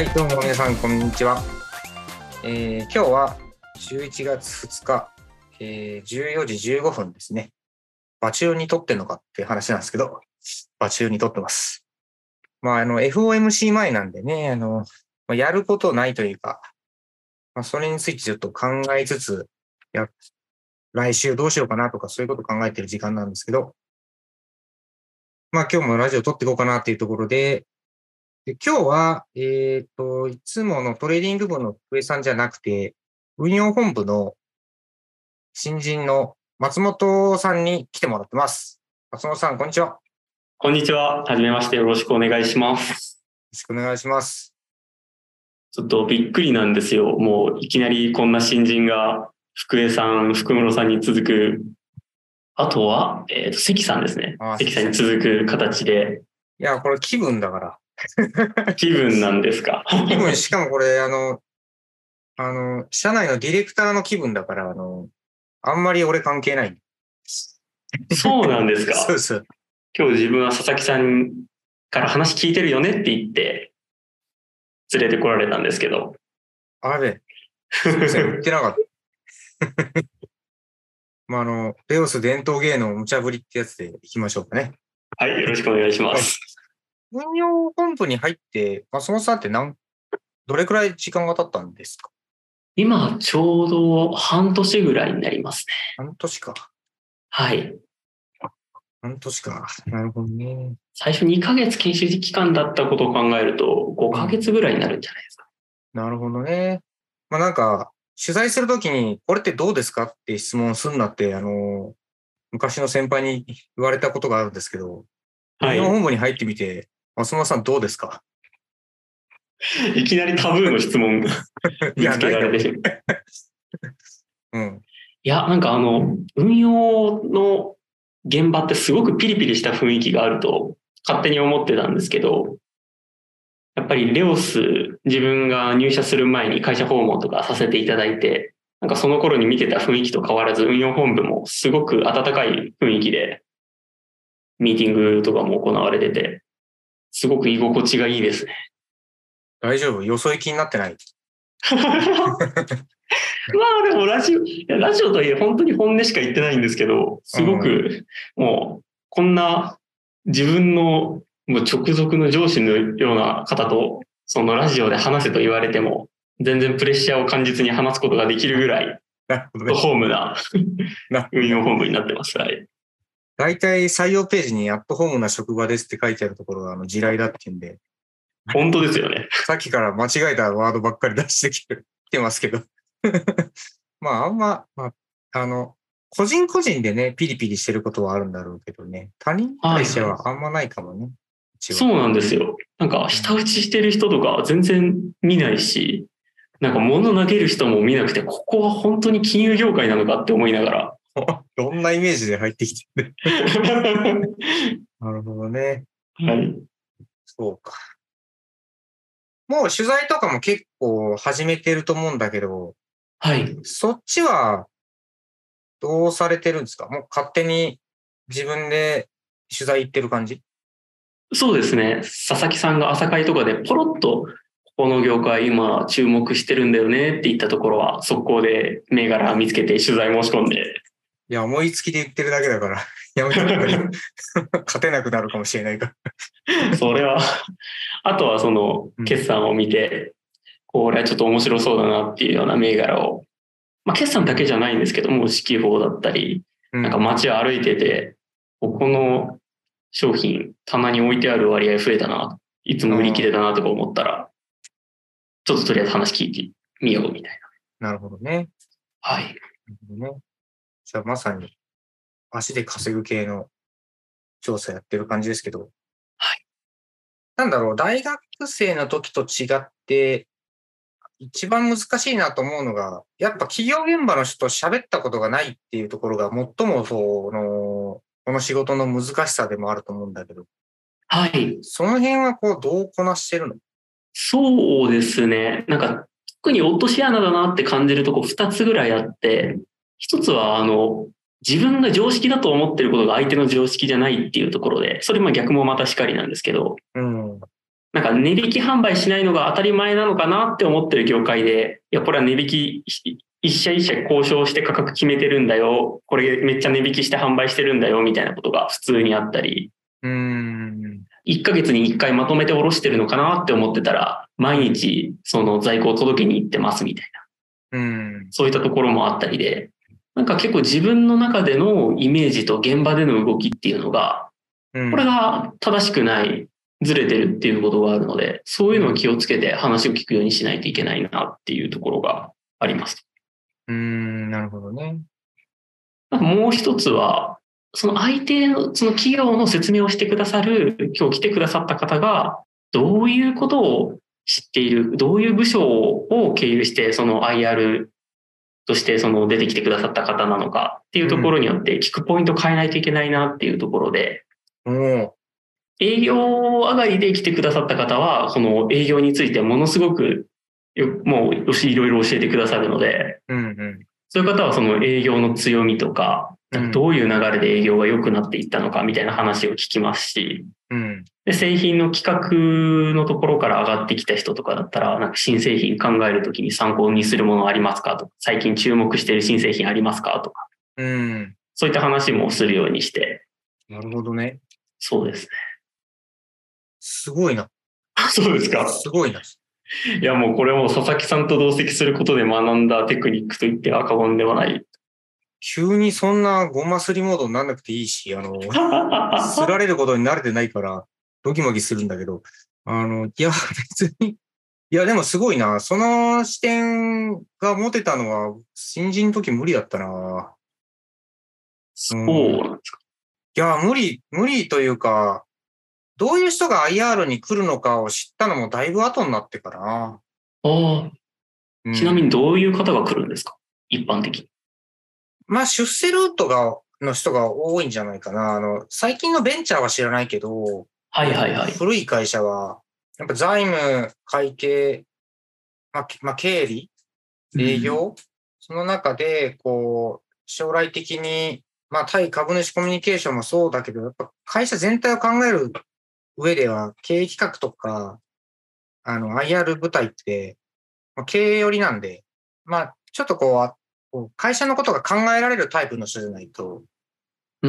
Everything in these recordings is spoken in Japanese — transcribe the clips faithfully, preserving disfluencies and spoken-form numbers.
はいどうも皆さんこんにちは、えー、今日はじゅういちがつふつか、えー、じゅうよじじゅうごふんですね。場中に撮ってんのかっていう話なんですけど、場中に撮ってます。まああの エフオーエムシー 前なんでね、あのやることないというか、まあ、それについてちょっと考えつつ、や来週どうしようかなとかそういうことを考えてる時間なんですけど、まあ今日もラジオ撮っていこうかなっていうところで、で今日は、えっと、いつものトレーディング部の福江さんじゃなくて、運用本部の新人の松本さんに来てもらってます。松本さん、こんにちは。よこんにちは。はじめまして。よろしくお願いします。 ろしくお願いします。 ちょっとびっくりなんですよ。もういきなりこんな新人が福江さん、福室さんに続く、あとは、えっと、関さんですね。関さんに続く形で。 いや、これ気分だから。 気分なんですか。 気分、しかもこれ、あの、あの、社内のディレクターの気分だから、あの、あんまり俺関係ない。 そうなんですか。 そうそう。 今日自分は佐々木さんから話聞いてるよねって言って、連れてこられたんですけど。 あれ、すいません、言ってなかった。まあ、あの、レオス伝統芸能無茶ぶりってやつでいきましょうかね。 はい、よろしくお願いします。 運用本部に入って、松本さんって何、どれくらい時間が経ったんですか？ 今、ちょうど半年ぐらいになりますね。 半年か。 はい。 半年か。なるほどね。 最初にかげつ研修期間だったことを考えるとごかげつぐらいになるんじゃないですか。 うん、なるほどね。まあなんか、取材するときに、これってどうですかって質問するなって、あの、昔の先輩に言われたことがあるんですけど、運用本部に入ってみて、松本さんどうですか？ いきなりタブーの質問ぶつけられてしまう。 うん。 いや、なんかあの、運用の現場ってすごくピリピリした雰囲気があると勝手に思ってたんですけど、やっぱりレオス、自分が入社する前に会社訪問とかさせていただいて、なんかその頃に見てた雰囲気と変わらず運用本部もすごく温かい雰囲気でミーティングとかも行われてて、すごく居心地がいいですね。 大丈夫？よそ行きになってない？ まあでもラジオ、ラジオとはいえ本当に本音しか言ってないんですけど、すごくもうこんな自分のもう直属の上司のような方とそのラジオで話せと言われても全然プレッシャーを感じずに話すことができるぐらいホームな運用本部になってます。はい。 大体採用ページにアットホームな職場ですって書いてあるところがあの地雷だっていうんで。 本当ですよね。 さっきから間違えたワードばっかり出してきてますけど。まああんま、まあ、あの、個人個人でね、ピリピリしてることはあるんだろうけどね、他人に対してはあんまないかもね。 そうなんですよ。なんか舌打ちしてる人とか全然見ないし、なんか物投げる人も見なくて、ここは本当に金融業界なのかって思いながら。 どんなイメージで入ってきてるなるほどね。 はい。 そうか。もう取材とかも結構始めてると思うんだけど、 はい。 そっちはどうされてるんですか？もう勝手に自分で取材行ってる感じ？ そうですね。佐々木さんが朝会とかでポロッと、ここの業界今注目してるんだよねって言ったところは、速攻で銘柄見つけて取材申し込んで。 いや、思いつきで言ってるだけだから、やめてくれ。勝てなくなるかもしれないから。 それは、あとはその決算を見て、うん、これはちょっと面白そうだなっていうような銘柄を、まあ決算だけじゃないんですけども、指揮法だったり、なんか街を歩いてて、ここの商品棚に置いてある割合増えたな、いつも売り切れだなとか思ったら、ちょっととりあえず話聞いてみようみたいな。なるほどね。 はい。 なるほどね。じゃあまさに足で稼ぐ系の調査やってる感じですけど。 はい。 なんだろう、大学生の時と違って、一番難しいなと思うのが、やっぱ企業現場の人と喋ったことがないっていうところが最もその、この仕事の難しさでもあると思うんだけど。 はい。 その辺はこう、どうこなしてるの？ そうですね。なんか、特に落とし穴だなって感じるとこふたつぐらいあって、一つは、あの、自分が常識だと思ってることが相手の常識じゃないっていうところで、それまあ逆もまたしかりなんですけど、 うん。 なんか値引き販売しないのが当たり前なのかなって思ってる業界で、いや、これは値引き、一社一社交渉して価格決めてるんだよ。これめっちゃ値引きして販売してるんだよ、みたいなことが普通にあったり。 うーん。 いっかげつにいっかいまとめて下ろしてるのかなって思ってたら、毎日その在庫を届けに行ってますみたいな。 うん。 そういったところもあったりで、なんか結構自分の中でのイメージと現場での動きっていうのが、 うん、 これが正しくない、ずれてるっていうことがあるので、そういうのを気をつけて話を聞くようにしないといけないなっていうところがあります。 うーん、なるほどね。 もう一つは、その相手の、その企業の説明をしてくださる、今日来てくださった方が、どういうことを知っている、どういう部署を経由して、その アイアール としてその出てきてくださった方なのかっていうところによって聞くポイントを変えないといけないなっていうところで、 うん、 営業上がりで来てくださった方は、この営業についてものすごくよもういろいろ教えてくださるので、 うんうん、 そういう方はその営業の強みとか、どういう流れで営業が良くなっていったのかみたいな話を聞きますし、 うん、 で製品の企画のところから上がってきた人とかだったら、なんか新製品考えるときに参考にするものありますかとか、最近注目している新製品ありますかとか、 うん、 そういった話もするようにして。 なるほどね。 そうですね。 すごいな。 そうですか。 すごいな。 いやもうこれも佐々木さんと同席することで学んだテクニックといっては過言ではない。 急にそんなゴマすりモードにならなくていいし、あの、すられることに慣れてないから、ドキマキするんだけど、あの、いや、別に、いや、でもすごいな。その視点が持てたのは、新人の時無理だったな。 そうなんですか。 いや、無理、無理というか、どういう人が アイアール に来るのかを知ったのもだいぶ後になってからな。 ああ、うん、ちなみにどういう方が来るんですか、一般的に。 まあ、出世ルートが、の人が多いんじゃないかな。あの、最近のベンチャーは知らないけど、 はいはいはい。 古い会社は、やっぱ財務、会計、まあ、まあ、経理、営業、うん、その中で、こう、将来的に、まあ、対株主コミュニケーションもそうだけど、やっぱ会社全体を考える上では、経営企画とか、あの、アイアール 部隊って、まあ、経営寄りなんで、まあ、ちょっとこう、会社のことが考えられるタイプの人じゃないと、 うん、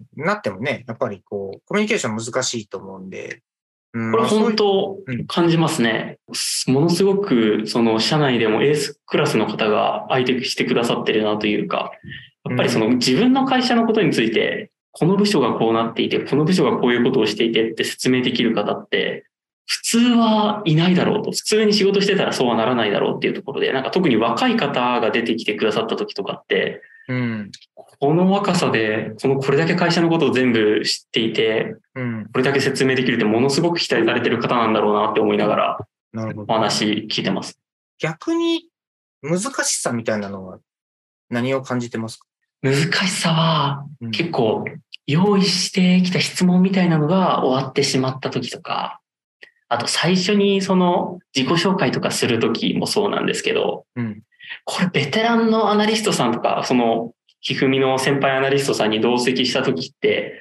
なってもね、やっぱりこう、コミュニケーション難しいと思うんで。 うん、これ本当感じますね。うん、ものすごく、その社内でもエースクラスの方が相手してくださってるなというか、やっぱりその自分の会社のことについて、この部署がこうなっていて、この部署がこういうことをしていてって説明できる方って、普通はいないだろうと、普通に仕事してたらそうはならないだろうっていうところで、なんか特に若い方が出てきてくださった時とかって、 うん、 この若さで、このこれだけ会社のことを全部知っていて、うん、これだけ説明できるってものすごく期待されてる方なんだろうなって思いながら、お話聞いてます。 逆に難しさみたいなのは何を感じてますか？ 難しさは結構用意してきた質問みたいなのが終わってしまった時とか、あと最初にその自己紹介とかする時もそうなんですけど、うん、これベテランのアナリストさんとか、そのひふみの先輩アナリストさんに同席した時って、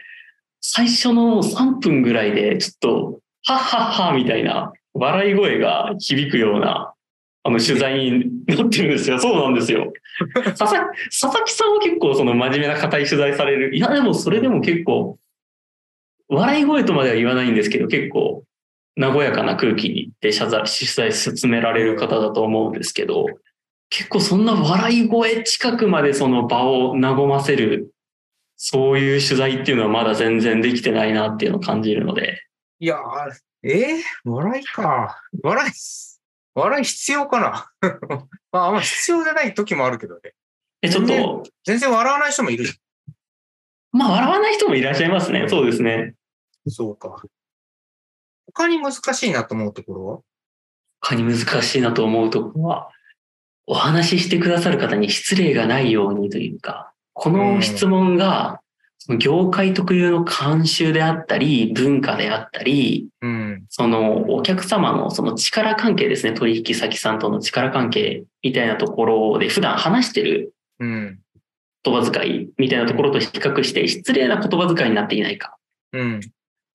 最初のさんぷんぐらいでちょっと、はっはっはみたいな笑い声が響くようなあの取材になってるんですよ。そうなんですよ。佐々佐々木さんは結構その真面目な固い取材される。いやでもそれでも結構、笑い声とまでは言わないんですけど、結構和やかな空気に行って取材進められる方だと思うんですけど、結構そんな笑い声近くまでその場を和ませる、そういう取材っていうのはまだ全然できてないなっていうのを感じるので。 いや、えー、笑いか。笑い、笑い必要かな。まあ、あんま必要じゃない時もあるけどね。 え、ちょっと。 全然笑わない人もいる。 まあ、笑わない人もいらっしゃいますね。そうですね。 そうか。他に難しいなと思うところは？ 他に難しいなと思うところは、お話ししてくださる方に失礼がないようにというか、この質問が、その業界特有の慣習であったり、文化であったり、うん、そのお客様のその力関係ですね、取引先さんとの力関係みたいなところで普段話してる言葉遣いみたいなところと比較して失礼な言葉遣いになっていないか。うん、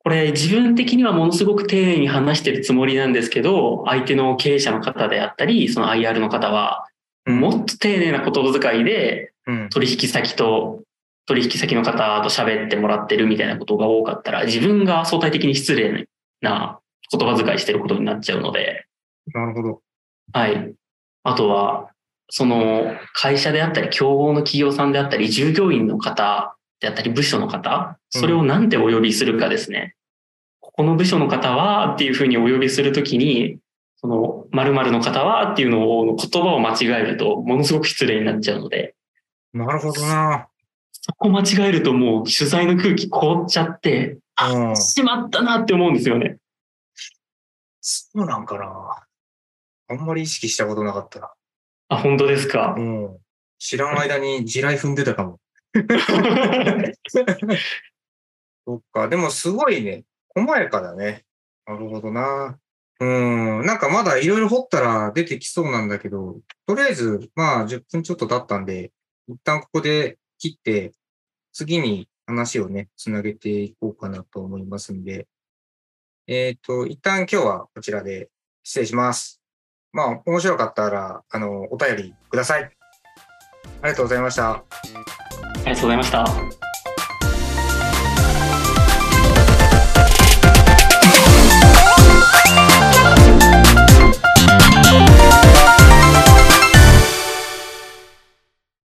これ自分的にはものすごく丁寧に話してるつもりなんですけど、相手の経営者の方であったり、その アイアール の方は、もっと丁寧な言葉遣いで、取引先と、取引先の方と喋ってもらってるみたいなことが多かったら、自分が相対的に失礼な言葉遣いしてることになっちゃうので。 なるほど。 はい。あとは、その会社であったり、競合の企業さんであったり、従業員の方であったり、部署の方、それをなんてお呼びするかですね。うん、ここの部署の方はっていうふうにお呼びするときに、その〇〇の方はっていうのを言葉を間違えると、ものすごく失礼になっちゃうので。 なるほどな。 そこ間違えるともう取材の空気凍っちゃって、あ、うん、しまったなって思うんですよね。 そうなんかな。あんまり意識したことなかったな。 あ、本当ですか。 うん。知らん間に地雷踏んでたかも。そっか。でもすごいね。細やかだね。なるほどな。うん。なんかまだいろいろ掘ったら出てきそうなんだけど、とりあえず、まあじゅっぷんちょっと経ったんで、一旦ここで切って、次に話をね、つなげていこうかなと思いますんで、えっと、一旦今日はこちらで失礼します。まあ、面白かったら、あの、お便りください。ありがとうございました。 ありがとうございました。